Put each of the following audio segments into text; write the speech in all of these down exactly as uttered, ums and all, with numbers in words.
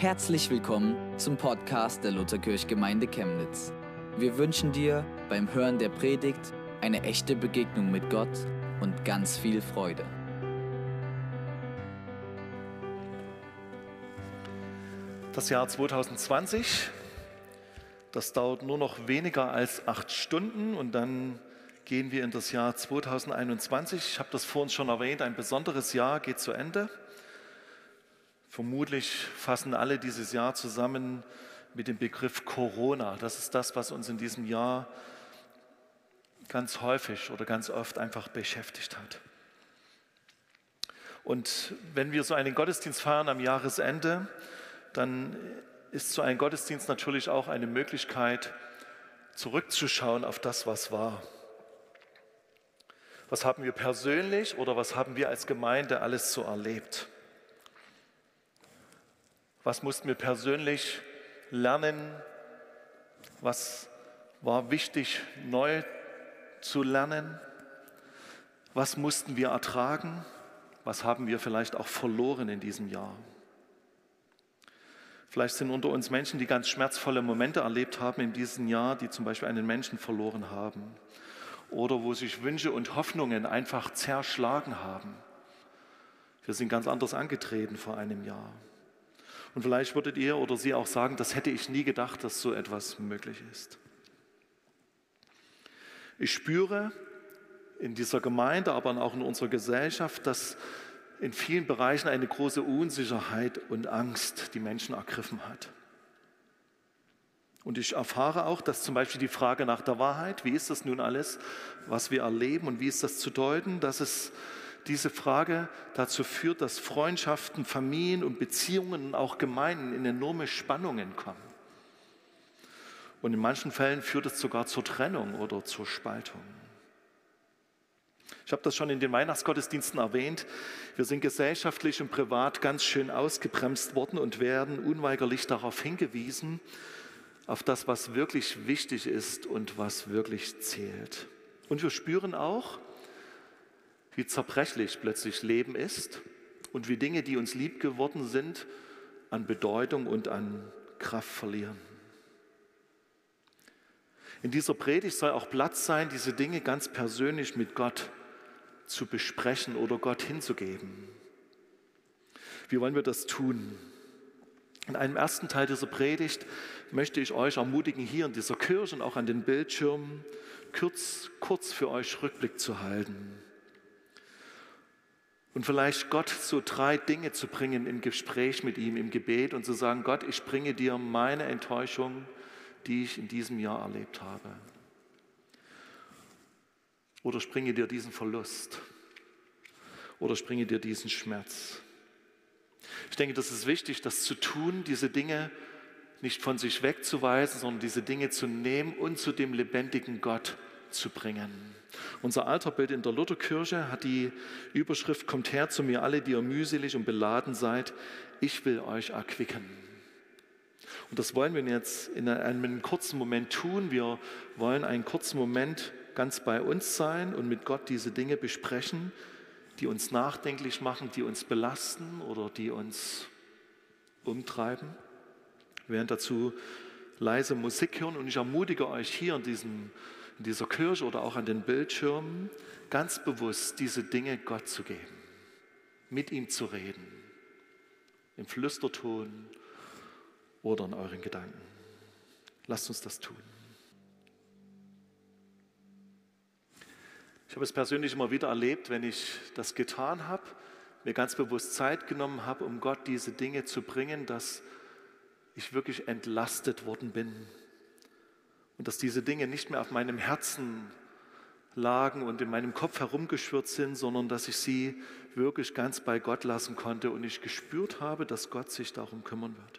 Herzlich willkommen zum Podcast der Lutherkirchgemeinde Chemnitz. Wir wünschen dir beim Hören der Predigt eine echte Begegnung mit Gott und ganz viel Freude. Das Jahr zwanzig zwanzig, das dauert nur noch weniger als acht Stunden und dann gehen wir in das Jahr zwanzig einundzwanzig. Ich habe das vorhin schon erwähnt, ein besonderes Jahr geht zu Ende. Vermutlich fassen alle dieses Jahr zusammen mit dem Begriff Corona. Das ist das, was uns in diesem Jahr ganz häufig oder ganz oft einfach beschäftigt hat. Und wenn wir so einen Gottesdienst feiern am Jahresende, dann ist so ein Gottesdienst natürlich auch eine Möglichkeit, zurückzuschauen auf das, was war. Was haben wir persönlich oder was haben wir als Gemeinde alles so erlebt? Was mussten wir persönlich lernen? Was war wichtig, neu zu lernen? Was mussten wir ertragen? Was haben wir vielleicht auch verloren in diesem Jahr? Vielleicht sind unter uns Menschen, die ganz schmerzvolle Momente erlebt haben in diesem Jahr, die zum Beispiel einen Menschen verloren haben. Oder wo sich Wünsche und Hoffnungen einfach zerschlagen haben. Wir sind ganz anders angetreten vor einem Jahr. Und vielleicht würdet ihr oder Sie auch sagen, das hätte ich nie gedacht, dass so etwas möglich ist. Ich spüre in dieser Gemeinde, aber auch in unserer Gesellschaft, dass in vielen Bereichen eine große Unsicherheit und Angst die Menschen ergriffen hat. Und ich erfahre auch, dass zum Beispiel die Frage nach der Wahrheit, wie ist das nun alles, was wir erleben und wie ist das zu deuten, dass es diese Frage dazu führt, dass Freundschaften, Familien und Beziehungen und auch Gemeinden in enorme Spannungen kommen. Und in manchen Fällen führt es sogar zur Trennung oder zur Spaltung. Ich habe das schon in den Weihnachtsgottesdiensten erwähnt. Wir sind gesellschaftlich und privat ganz schön ausgebremst worden und werden unweigerlich darauf hingewiesen, auf das, was wirklich wichtig ist und was wirklich zählt. Und wir spüren auch, wie zerbrechlich plötzlich Leben ist und wie Dinge, die uns lieb geworden sind, an Bedeutung und an Kraft verlieren. In dieser Predigt soll auch Platz sein, diese Dinge ganz persönlich mit Gott zu besprechen oder Gott hinzugeben. Wie wollen wir das tun? In einem ersten Teil dieser Predigt möchte ich euch ermutigen, hier in dieser Kirche und auch an den Bildschirmen kurz, kurz für euch Rückblick zu halten. Und vielleicht Gott so drei Dinge zu bringen im Gespräch mit ihm, im Gebet und zu sagen, Gott, ich bringe dir meine Enttäuschung, die ich in diesem Jahr erlebt habe. Oder ich bringe dir diesen Verlust. Oder ich bringe dir diesen Schmerz. Ich denke, das ist wichtig, das zu tun, diese Dinge nicht von sich wegzuweisen, sondern diese Dinge zu nehmen und zu dem lebendigen Gott zu bringen. Unser Alterbild in der Lutherkirche hat die Überschrift, kommt her zu mir alle, die ihr mühselig und beladen seid, ich will euch erquicken. Und das wollen wir jetzt in einem kurzen Moment tun. Wir wollen einen kurzen Moment ganz bei uns sein und mit Gott diese Dinge besprechen, die uns nachdenklich machen, die uns belasten oder die uns umtreiben. Wir werden dazu leise Musik hören und ich ermutige euch hier in diesem in dieser Kirche oder auch an den Bildschirmen, ganz bewusst diese Dinge Gott zu geben, mit ihm zu reden, im Flüsterton oder in euren Gedanken. Lasst uns das tun. Ich habe es persönlich immer wieder erlebt, wenn ich das getan habe, mir ganz bewusst Zeit genommen habe, um Gott diese Dinge zu bringen, dass ich wirklich entlastet worden bin. Und dass diese Dinge nicht mehr auf meinem Herzen lagen und in meinem Kopf herumgeschwirrt sind, sondern dass ich sie wirklich ganz bei Gott lassen konnte und ich gespürt habe, dass Gott sich darum kümmern wird.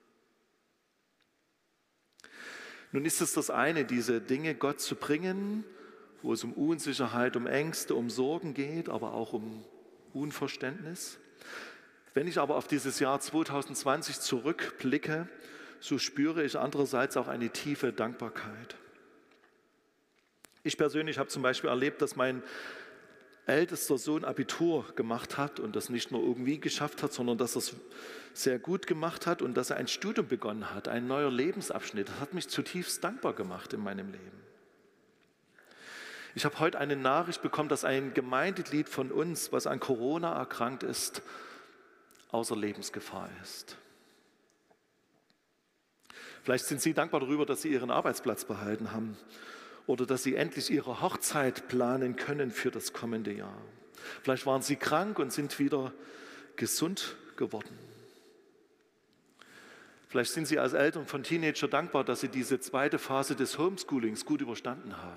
Nun ist es das eine, diese Dinge Gott zu bringen, wo es um Unsicherheit, um Ängste, um Sorgen geht, aber auch um Unverständnis. Wenn ich aber auf dieses Jahr zwanzig zwanzig zurückblicke, so spüre ich andererseits auch eine tiefe Dankbarkeit. Ich persönlich habe zum Beispiel erlebt, dass mein ältester Sohn Abitur gemacht hat und das nicht nur irgendwie geschafft hat, sondern dass er es sehr gut gemacht hat und dass er ein Studium begonnen hat, ein neuer Lebensabschnitt. Das hat mich zutiefst dankbar gemacht in meinem Leben. Ich habe heute eine Nachricht bekommen, dass ein Gemeindeglied von uns, was an Corona erkrankt ist, außer Lebensgefahr ist. Vielleicht sind Sie dankbar darüber, dass Sie Ihren Arbeitsplatz behalten haben oder dass Sie endlich Ihre Hochzeit planen können für das kommende Jahr. Vielleicht waren Sie krank und sind wieder gesund geworden. Vielleicht sind Sie als Eltern von Teenager dankbar, dass Sie diese zweite Phase des Homeschoolings gut überstanden haben.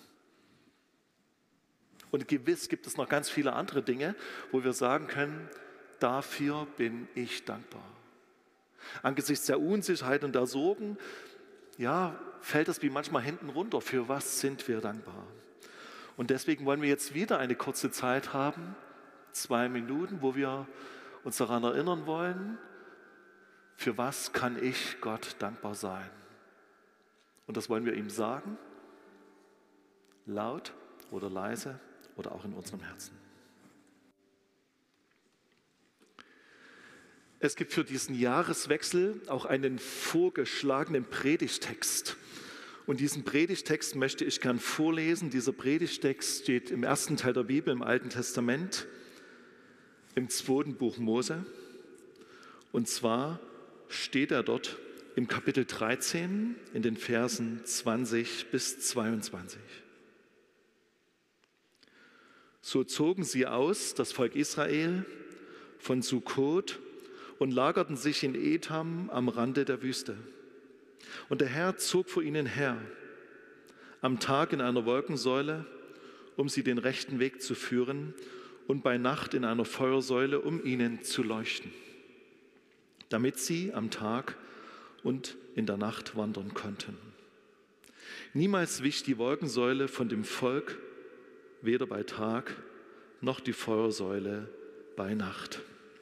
Und gewiss gibt es noch ganz viele andere Dinge, wo wir sagen können, dafür bin ich dankbar. Angesichts der Unsicherheit und der Sorgen, ja, fällt es wie manchmal hinten runter. Für was sind wir dankbar? Und deswegen wollen wir jetzt wieder eine kurze Zeit haben, zwei Minuten, wo wir uns daran erinnern wollen, für was kann ich Gott dankbar sein? Und das wollen wir ihm sagen, laut oder leise oder auch in unserem Herzen. Es gibt für diesen Jahreswechsel auch einen vorgeschlagenen Predigtext. Und diesen Predigtext möchte ich gern vorlesen. Dieser Predigtext steht im ersten Teil der Bibel, im Alten Testament, im zweiten Buch Mose. Und zwar steht er dort im Kapitel dreizehn in den Versen zwanzig bis zweiundzwanzig. So zogen sie aus, das Volk Israel, von Sukkot und lagerten sich in Etham am Rande der Wüste. Und der Herr zog vor ihnen her, am Tag in einer Wolkensäule, um sie den rechten Weg zu führen, und bei Nacht in einer Feuersäule, um ihnen zu leuchten, damit sie am Tag und in der Nacht wandern konnten. Niemals wich die Wolkensäule von dem Volk, weder bei Tag noch die Feuersäule bei Nacht.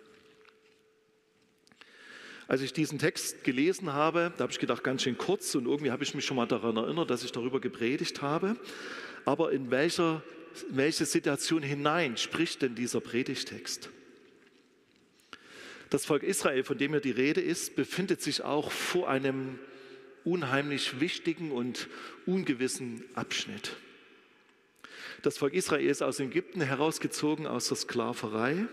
Als ich diesen Text gelesen habe, da habe ich gedacht, ganz schön kurz, und irgendwie habe ich mich schon mal daran erinnert, dass ich darüber gepredigt habe. Aber in welcher, in welche Situation hinein spricht denn dieser Predigtext? Das Volk Israel, von dem hier die Rede ist, befindet sich auch vor einem unheimlich wichtigen und ungewissen Abschnitt. Das Volk Israel ist aus Ägypten herausgezogen, aus der Sklaverei.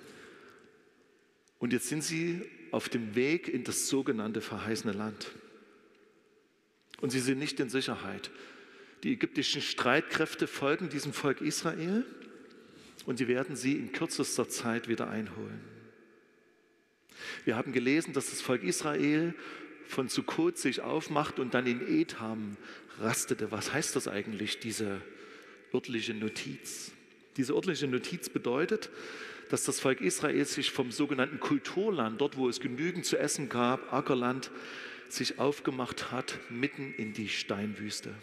Und jetzt sind sie auf dem Weg in das sogenannte verheißene Land. Und sie sind nicht in Sicherheit. Die ägyptischen Streitkräfte folgen diesem Volk Israel und sie werden sie in kürzester Zeit wieder einholen. Wir haben gelesen, dass das Volk Israel von Sukkot sich aufmacht und dann in Etham rastete. Was heißt das eigentlich, diese örtliche Notiz? Diese örtliche Notiz bedeutet, dass das Volk Israel sich vom sogenannten Kulturland, dort wo es genügend zu essen gab, Ackerland, sich aufgemacht hat, mitten in die Steinwüste.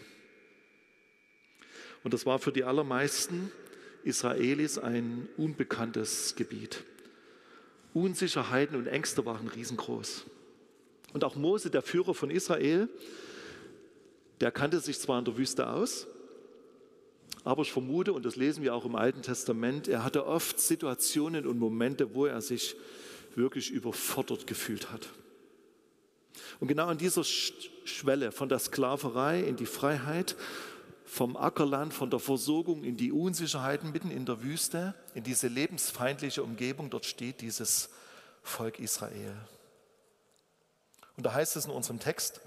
Und das war für die allermeisten Israelis ein unbekanntes Gebiet. Unsicherheiten und Ängste waren riesengroß. Und auch Mose, der Führer von Israel, der kannte sich zwar in der Wüste aus, aber ich vermute, und das lesen wir auch im Alten Testament, er hatte oft Situationen und Momente, wo er sich wirklich überfordert gefühlt hat. Und genau an dieser Schwelle von der Sklaverei in die Freiheit, vom Ackerland, von der Versorgung in die Unsicherheiten mitten in der Wüste, in diese lebensfeindliche Umgebung, dort steht dieses Volk Israel. Und da heißt es in unserem Text,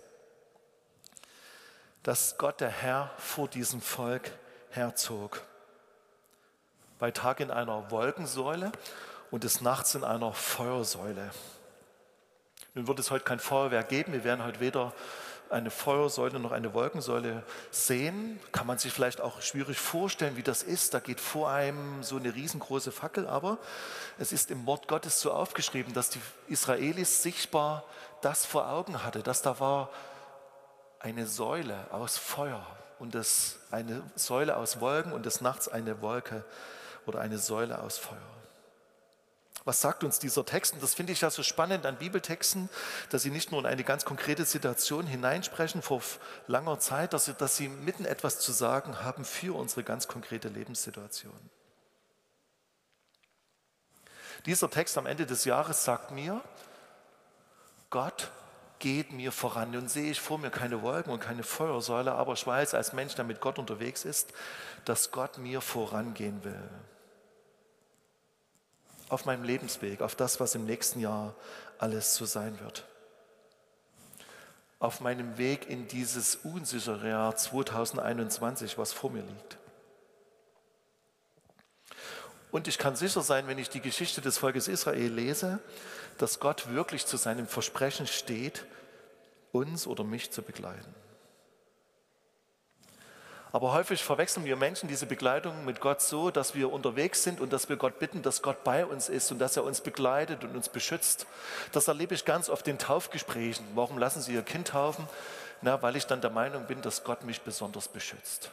dass Gott, der Herr, vor diesem Volk herzog. Bei Tag in einer Wolkensäule und des Nachts in einer Feuersäule. Nun wird es heute kein Feuerwerk geben. Wir werden heute weder eine Feuersäule noch eine Wolkensäule sehen. Kann man sich vielleicht auch schwierig vorstellen, wie das ist. Da geht vor einem so eine riesengroße Fackel. Aber es ist im Wort Gottes so aufgeschrieben, dass die Israelis sichtbar das vor Augen hatte, dass da war eine Säule aus Feuer und das eine Säule aus Wolken und des Nachts eine Wolke oder eine Säule aus Feuer. Was sagt uns dieser Text? Und das finde ich ja so spannend an Bibeltexten, dass sie nicht nur in eine ganz konkrete Situation hineinsprechen vor langer Zeit, dass sie, dass sie mitten etwas zu sagen haben für unsere ganz konkrete Lebenssituation. Dieser Text am Ende des Jahres sagt mir, Gott geht mir voran. Nun sehe ich vor mir keine Wolken und keine Feuersäule, aber ich weiß als Mensch, der mit Gott unterwegs ist, dass Gott mir vorangehen will. Auf meinem Lebensweg, auf das, was im nächsten Jahr alles so sein wird. Auf meinem Weg in dieses unsichere Jahr zweitausendeinundzwanzig, was vor mir liegt. Und ich kann sicher sein, wenn ich die Geschichte des Volkes Israel lese, dass Gott wirklich zu seinem Versprechen steht, uns oder mich zu begleiten. Aber häufig verwechseln wir Menschen diese Begleitung mit Gott so, dass wir unterwegs sind und dass wir Gott bitten, dass Gott bei uns ist und dass er uns begleitet und uns beschützt. Das erlebe ich ganz oft in Taufgesprächen. Warum lassen Sie Ihr Kind taufen? Na, weil ich dann der Meinung bin, dass Gott mich besonders beschützt.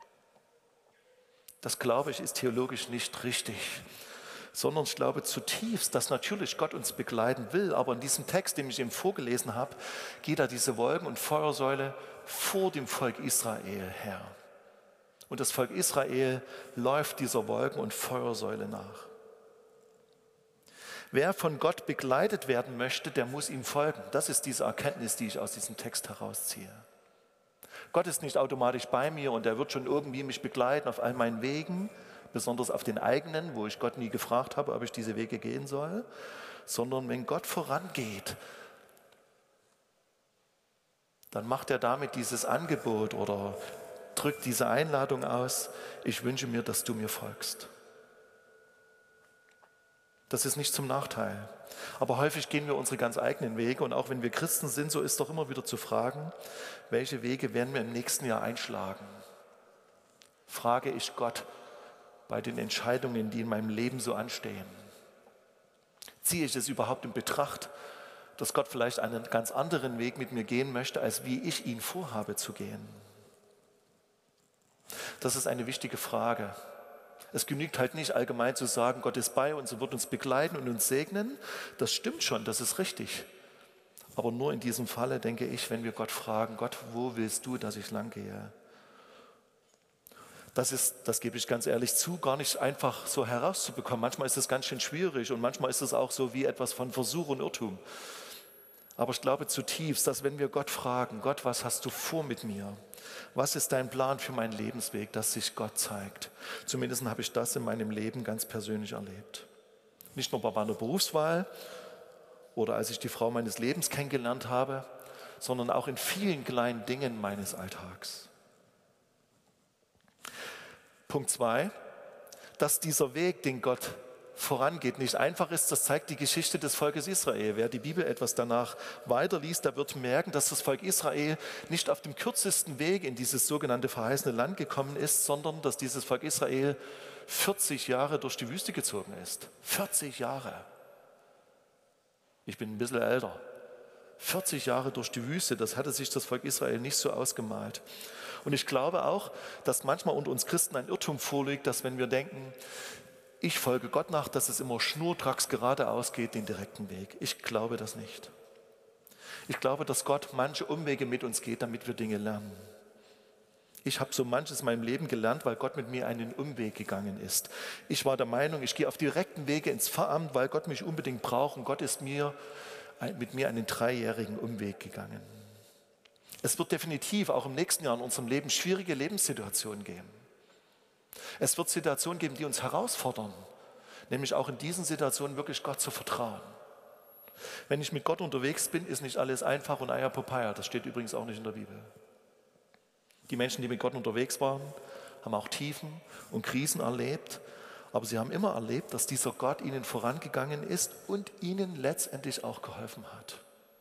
Das, glaube ich, ist theologisch nicht richtig, sondern ich glaube zutiefst, dass natürlich Gott uns begleiten will, aber in diesem Text, den ich eben vorgelesen habe, geht da diese Wolken- und Feuersäule vor dem Volk Israel her. Und das Volk Israel läuft dieser Wolken- und Feuersäule nach. Wer von Gott begleitet werden möchte, der muss ihm folgen. Das ist diese Erkenntnis, die ich aus diesem Text herausziehe. Gott ist nicht automatisch bei mir und er wird schon irgendwie mich begleiten auf all meinen Wegen, besonders auf den eigenen, wo ich Gott nie gefragt habe, ob ich diese Wege gehen soll, sondern wenn Gott vorangeht, dann macht er damit dieses Angebot oder drückt diese Einladung aus, ich wünsche mir, dass du mir folgst. Das ist nicht zum Nachteil. Aber häufig gehen wir unsere ganz eigenen Wege und auch wenn wir Christen sind, so ist doch immer wieder zu fragen, welche Wege werden wir im nächsten Jahr einschlagen? Frage ich Gott bei den Entscheidungen, die in meinem Leben so anstehen. Ziehe ich es überhaupt in Betracht, dass Gott vielleicht einen ganz anderen Weg mit mir gehen möchte, als wie ich ihn vorhabe zu gehen? Das ist eine wichtige Frage. Es genügt halt nicht allgemein zu sagen, Gott ist bei uns und wird uns begleiten und uns segnen. Das stimmt schon, das ist richtig. Aber nur in diesem Falle denke ich, wenn wir Gott fragen, Gott, wo willst du, dass ich lang gehe? Das ist, das gebe ich ganz ehrlich zu, gar nicht einfach so herauszubekommen. Manchmal ist es ganz schön schwierig und manchmal ist es auch so wie etwas von Versuch und Irrtum. Aber ich glaube zutiefst, dass wenn wir Gott fragen, Gott, was hast du vor mit mir? Was ist dein Plan für meinen Lebensweg, dass sich Gott zeigt? Zumindest habe ich das in meinem Leben ganz persönlich erlebt. Nicht nur bei meiner Berufswahl oder als ich die Frau meines Lebens kennengelernt habe, sondern auch in vielen kleinen Dingen meines Alltags. Punkt zwei, dass dieser Weg, den Gott vorangeht, nicht einfach ist, das zeigt die Geschichte des Volkes Israel. Wer die Bibel etwas danach weiterliest, der wird merken, dass das Volk Israel nicht auf dem kürzesten Weg in dieses sogenannte verheißene Land gekommen ist, sondern dass dieses Volk Israel vierzig Jahre durch die Wüste gezogen ist. vierzig Jahre. Ich bin ein bisschen älter. vierzig Jahre durch die Wüste, das hatte sich das Volk Israel nicht so ausgemalt. Und ich glaube auch, dass manchmal unter uns Christen ein Irrtum vorliegt, dass wenn wir denken, ich folge Gott nach, dass es immer schnurstracks geradeaus geht, den direkten Weg. Ich glaube das nicht. Ich glaube, dass Gott manche Umwege mit uns geht, damit wir Dinge lernen. Ich habe so manches in meinem Leben gelernt, weil Gott mit mir einen Umweg gegangen ist. Ich war der Meinung, ich gehe auf direkten Wege ins Pfarramt, weil Gott mich unbedingt braucht. Und Gott ist mir, mit mir einen dreijährigen Umweg gegangen. Es wird definitiv auch im nächsten Jahr in unserem Leben schwierige Lebenssituationen geben. Es wird Situationen geben, die uns herausfordern, nämlich auch in diesen Situationen wirklich Gott zu vertrauen. Wenn ich mit Gott unterwegs bin, ist nicht alles einfach und Eierpopaya. Das steht übrigens auch nicht in der Bibel. Die Menschen, die mit Gott unterwegs waren, haben auch Tiefen und Krisen erlebt, aber sie haben immer erlebt, dass dieser Gott ihnen vorangegangen ist und ihnen letztendlich auch geholfen hat.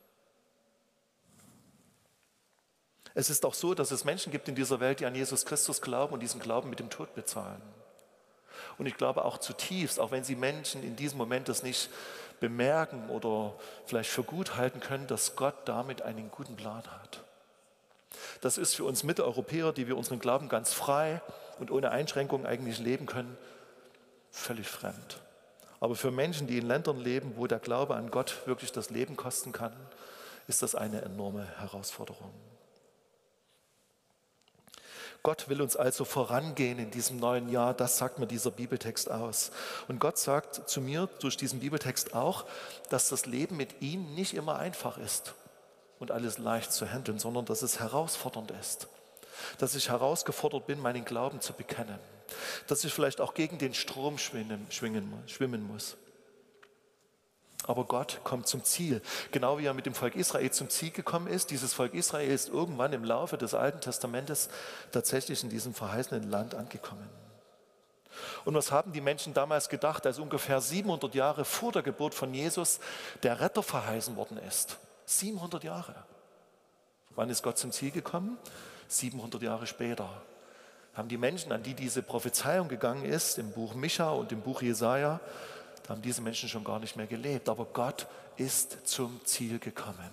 Es ist auch so, dass es Menschen gibt in dieser Welt, die an Jesus Christus glauben und diesen Glauben mit dem Tod bezahlen. Und ich glaube auch zutiefst, auch wenn sie Menschen in diesem Moment das nicht bemerken oder vielleicht für gut halten können, dass Gott damit einen guten Plan hat. Das ist für uns Mitteleuropäer, die wir unseren Glauben ganz frei und ohne Einschränkungen eigentlich leben können, völlig fremd. Aber für Menschen, die in Ländern leben, wo der Glaube an Gott wirklich das Leben kosten kann, ist das eine enorme Herausforderung. Gott will uns also vorangehen in diesem neuen Jahr, das sagt mir dieser Bibeltext aus. Und Gott sagt zu mir durch diesen Bibeltext auch, dass das Leben mit ihm nicht immer einfach ist und alles leicht zu handeln, sondern dass es herausfordernd ist. Dass ich herausgefordert bin, meinen Glauben zu bekennen. Dass ich vielleicht auch gegen den Strom schwingen, schwingen, schwimmen muss. Aber Gott kommt zum Ziel. Genau wie er mit dem Volk Israel zum Ziel gekommen ist. Dieses Volk Israel ist irgendwann im Laufe des Alten Testamentes tatsächlich in diesem verheißenen Land angekommen. Und was haben die Menschen damals gedacht, als ungefähr siebenhundert Jahre vor der Geburt von Jesus der Retter verheißen worden ist? siebenhundert Jahre. Wann ist Gott zum Ziel gekommen? siebenhundert Jahre später. Haben die Menschen, an die diese Prophezeiung gegangen ist, im Buch Micha und im Buch Jesaja, da haben diese Menschen schon gar nicht mehr gelebt. Aber Gott ist zum Ziel gekommen.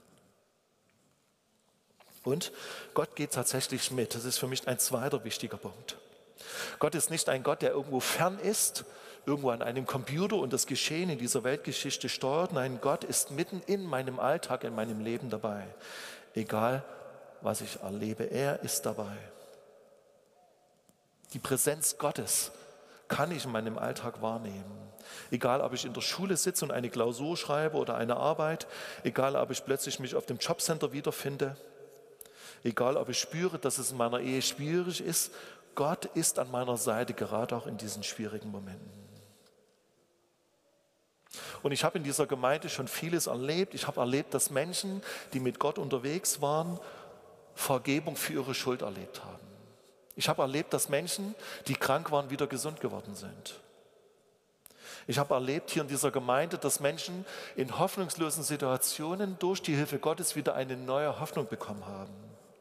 Und Gott geht tatsächlich mit. Das ist für mich ein zweiter wichtiger Punkt. Gott ist nicht ein Gott, der irgendwo fern ist, irgendwo an einem Computer und das Geschehen in dieser Weltgeschichte steuert. Nein, Gott ist mitten in meinem Alltag, in meinem Leben dabei. Egal, was ich erlebe, er ist dabei. Die Präsenz Gottes kann ich in meinem Alltag wahrnehmen. Egal, ob ich in der Schule sitze und eine Klausur schreibe oder eine Arbeit, egal, ob ich plötzlich mich auf dem Jobcenter wiederfinde, egal, ob ich spüre, dass es in meiner Ehe schwierig ist, Gott ist an meiner Seite, gerade auch in diesen schwierigen Momenten. Und ich habe in dieser Gemeinde schon vieles erlebt. Ich habe erlebt, dass Menschen, die mit Gott unterwegs waren, Vergebung für ihre Schuld erlebt haben. Ich habe erlebt, dass Menschen, die krank waren, wieder gesund geworden sind. Ich habe erlebt hier in dieser Gemeinde, dass Menschen in hoffnungslosen Situationen durch die Hilfe Gottes wieder eine neue Hoffnung bekommen haben.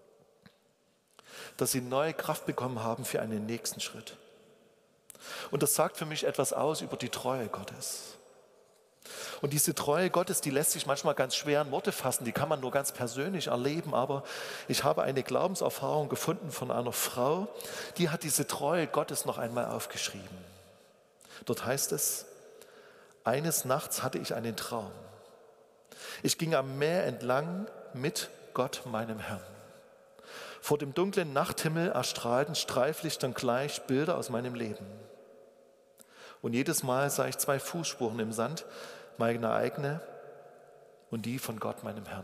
Dass sie neue Kraft bekommen haben für einen nächsten Schritt. Und das sagt für mich etwas aus über die Treue Gottes. Und diese Treue Gottes, die lässt sich manchmal ganz schwer in Worte fassen, die kann man nur ganz persönlich erleben, aber ich habe eine Glaubenserfahrung gefunden von einer Frau, die hat diese Treue Gottes noch einmal aufgeschrieben. Dort heißt es, eines Nachts hatte ich einen Traum. Ich ging am Meer entlang mit Gott, meinem Herrn. Vor dem dunklen Nachthimmel erstrahlten Streiflichtern gleich Bilder aus meinem Leben. Und jedes Mal sah ich zwei Fußspuren im Sand, meine eigene und die von Gott, meinem Herrn.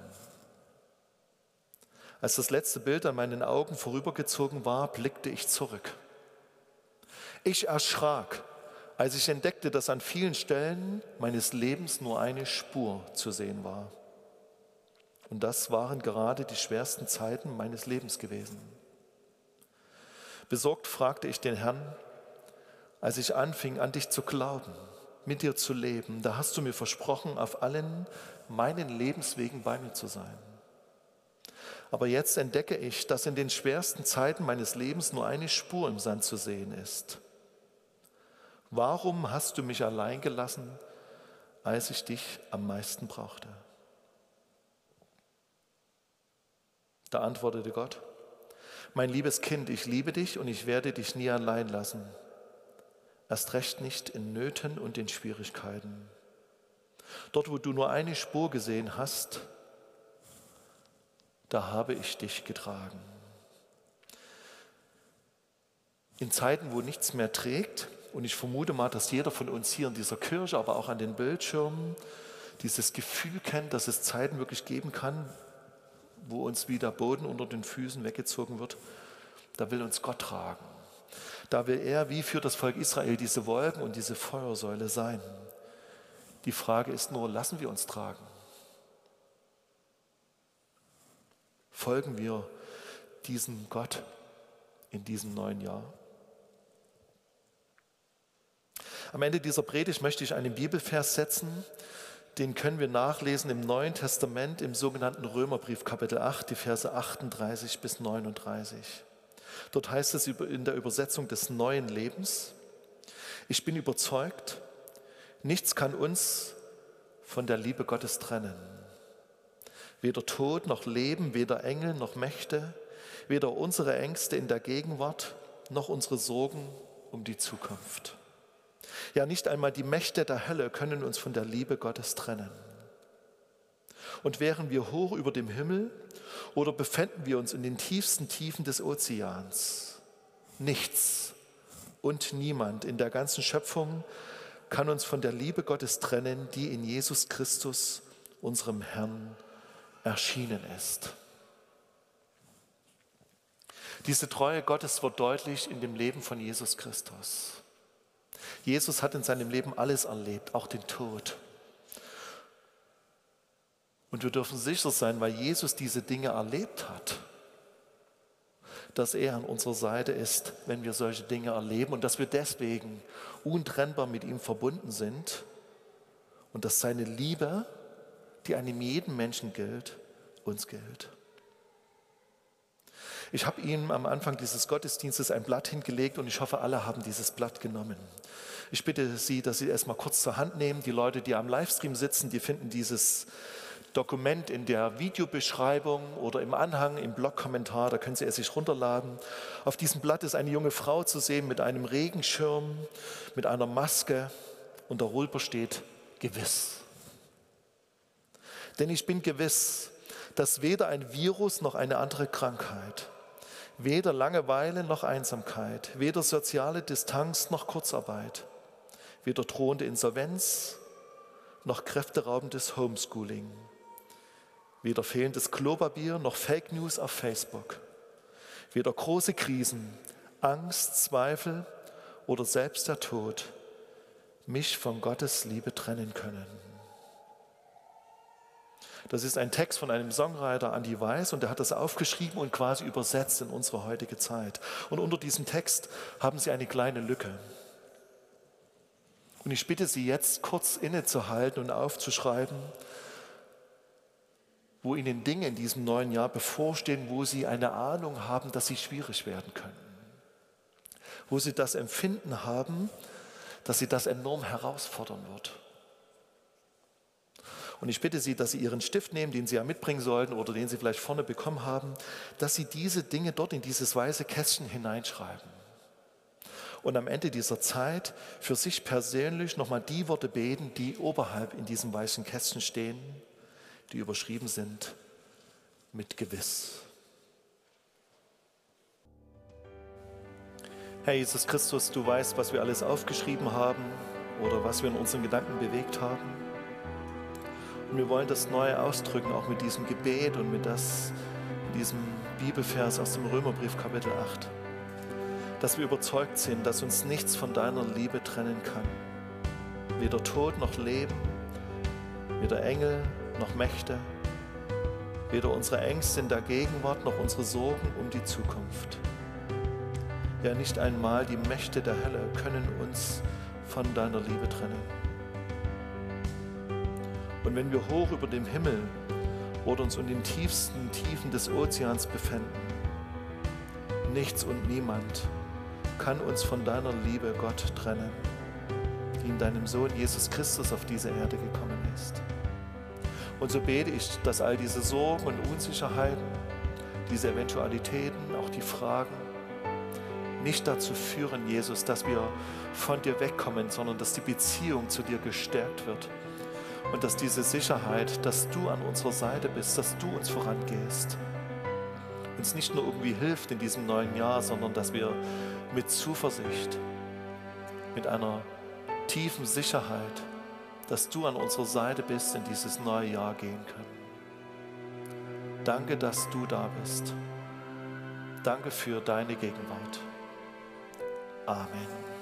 Als das letzte Bild an meinen Augen vorübergezogen war, blickte ich zurück. Ich erschrak, als ich entdeckte, dass an vielen Stellen meines Lebens nur eine Spur zu sehen war. Und das waren gerade die schwersten Zeiten meines Lebens gewesen. Besorgt fragte ich den Herrn, als ich anfing, an dich zu glauben, mit dir zu leben, da hast du mir versprochen, auf allen meinen Lebenswegen bei mir zu sein. Aber jetzt entdecke ich, dass in den schwersten Zeiten meines Lebens nur eine Spur im Sand zu sehen ist. Warum hast du mich allein gelassen, als ich dich am meisten brauchte? Da antwortete Gott, mein liebes Kind, ich liebe dich und ich werde dich nie allein lassen. Erst recht nicht in Nöten und in Schwierigkeiten. Dort, wo du nur eine Spur gesehen hast, da habe ich dich getragen. In Zeiten, wo nichts mehr trägt, und ich vermute mal, dass jeder von uns hier in dieser Kirche, aber auch an den Bildschirmen, dieses Gefühl kennt, dass es Zeiten wirklich geben kann, wo uns wie der Boden unter den Füßen weggezogen wird, da will uns Gott tragen. Da will er wie für das Volk Israel diese Wolken und diese Feuersäule sein. Die Frage ist nur, lassen wir uns tragen? Folgen wir diesem Gott in diesem neuen Jahr? Am Ende dieser Predigt möchte ich einen Bibelvers setzen, den können wir nachlesen im Neuen Testament, im sogenannten Römerbrief, Kapitel acht, die Verse achtunddreißig bis neununddreißig. Dort heißt es in der Übersetzung des Neuen Lebens, ich bin überzeugt, nichts kann uns von der Liebe Gottes trennen. Weder Tod noch Leben, weder Engel noch Mächte, weder unsere Ängste in der Gegenwart noch unsere Sorgen um die Zukunft. Ja, nicht einmal die Mächte der Hölle können uns von der Liebe Gottes trennen. Und wären wir hoch über dem Himmel oder befänden wir uns in den tiefsten Tiefen des Ozeans, nichts und niemand in der ganzen Schöpfung kann uns von der Liebe Gottes trennen, die in Jesus Christus, unserem Herrn, erschienen ist. Diese Treue Gottes wird deutlich in dem Leben von Jesus Christus. Jesus hat in seinem Leben alles erlebt, auch den Tod. Und wir dürfen sicher sein, weil Jesus diese Dinge erlebt hat, dass er an unserer Seite ist, wenn wir solche Dinge erleben und dass wir deswegen untrennbar mit ihm verbunden sind und dass seine Liebe, die einem jeden Menschen gilt, uns gilt. Ich habe Ihnen am Anfang dieses Gottesdienstes ein Blatt hingelegt und ich hoffe, alle haben dieses Blatt genommen. Ich bitte Sie, dass Sie es mal kurz zur Hand nehmen. Die Leute, die am Livestream sitzen, die finden dieses Dokument in der Videobeschreibung oder im Anhang, im Blogkommentar, da können Sie es sich runterladen. Auf diesem Blatt ist eine junge Frau zu sehen mit einem Regenschirm, mit einer Maske und darüber steht gewiss. Denn ich bin gewiss, dass weder ein Virus noch eine andere Krankheit, weder Langeweile noch Einsamkeit, weder soziale Distanz noch Kurzarbeit, weder drohende Insolvenz noch kräfteraubendes Homeschooling, weder fehlendes Klopapier noch Fake News auf Facebook, weder große Krisen, Angst, Zweifel oder selbst der Tod mich von Gottes Liebe trennen können. Das ist ein Text von einem Songwriter, Andi Weiß, und der hat das aufgeschrieben und quasi übersetzt in unsere heutige Zeit. Und unter diesem Text haben Sie eine kleine Lücke. Und ich bitte Sie jetzt kurz innezuhalten und aufzuschreiben, wo Ihnen Dinge in diesem neuen Jahr bevorstehen, wo Sie eine Ahnung haben, dass sie schwierig werden können. Wo Sie das Empfinden haben, dass Sie das enorm herausfordern wird. Und ich bitte Sie, dass Sie Ihren Stift nehmen, den Sie ja mitbringen sollten oder den Sie vielleicht vorne bekommen haben, dass Sie diese Dinge dort in dieses weiße Kästchen hineinschreiben. Und am Ende dieser Zeit für sich persönlich nochmal die Worte beten, die oberhalb in diesem weißen Kästchen stehen, die überschrieben sind mit gewiss. Herr Jesus Christus, du weißt, was wir alles aufgeschrieben haben oder was wir in unseren Gedanken bewegt haben. Und wir wollen das neu ausdrücken, auch mit diesem Gebet und mit das, diesem Bibelvers aus dem Römerbrief Kapitel acht. Dass wir überzeugt sind, dass uns nichts von deiner Liebe trennen kann. Weder Tod noch Leben, weder Engel noch Mächte, weder unsere Ängste in der Gegenwart noch unsere Sorgen um die Zukunft. Ja, nicht einmal die Mächte der Hölle können uns von deiner Liebe trennen. Und wenn wir hoch über dem Himmel oder uns in den tiefsten Tiefen des Ozeans befinden, nichts und niemand kann uns von deiner Liebe, Gott, trennen, die in deinem Sohn Jesus Christus auf diese Erde gekommen ist. Und so bete ich, dass all diese Sorgen und Unsicherheiten, diese Eventualitäten, auch die Fragen, nicht dazu führen, Jesus, dass wir von dir wegkommen, sondern dass die Beziehung zu dir gestärkt wird. Und dass diese Sicherheit, dass du an unserer Seite bist, dass du uns vorangehst, uns nicht nur irgendwie hilft in diesem neuen Jahr, sondern dass wir mit Zuversicht, mit einer tiefen Sicherheit, dass du an unserer Seite bist, in dieses neue Jahr gehen können. Danke, dass du da bist. Danke für deine Gegenwart. Amen.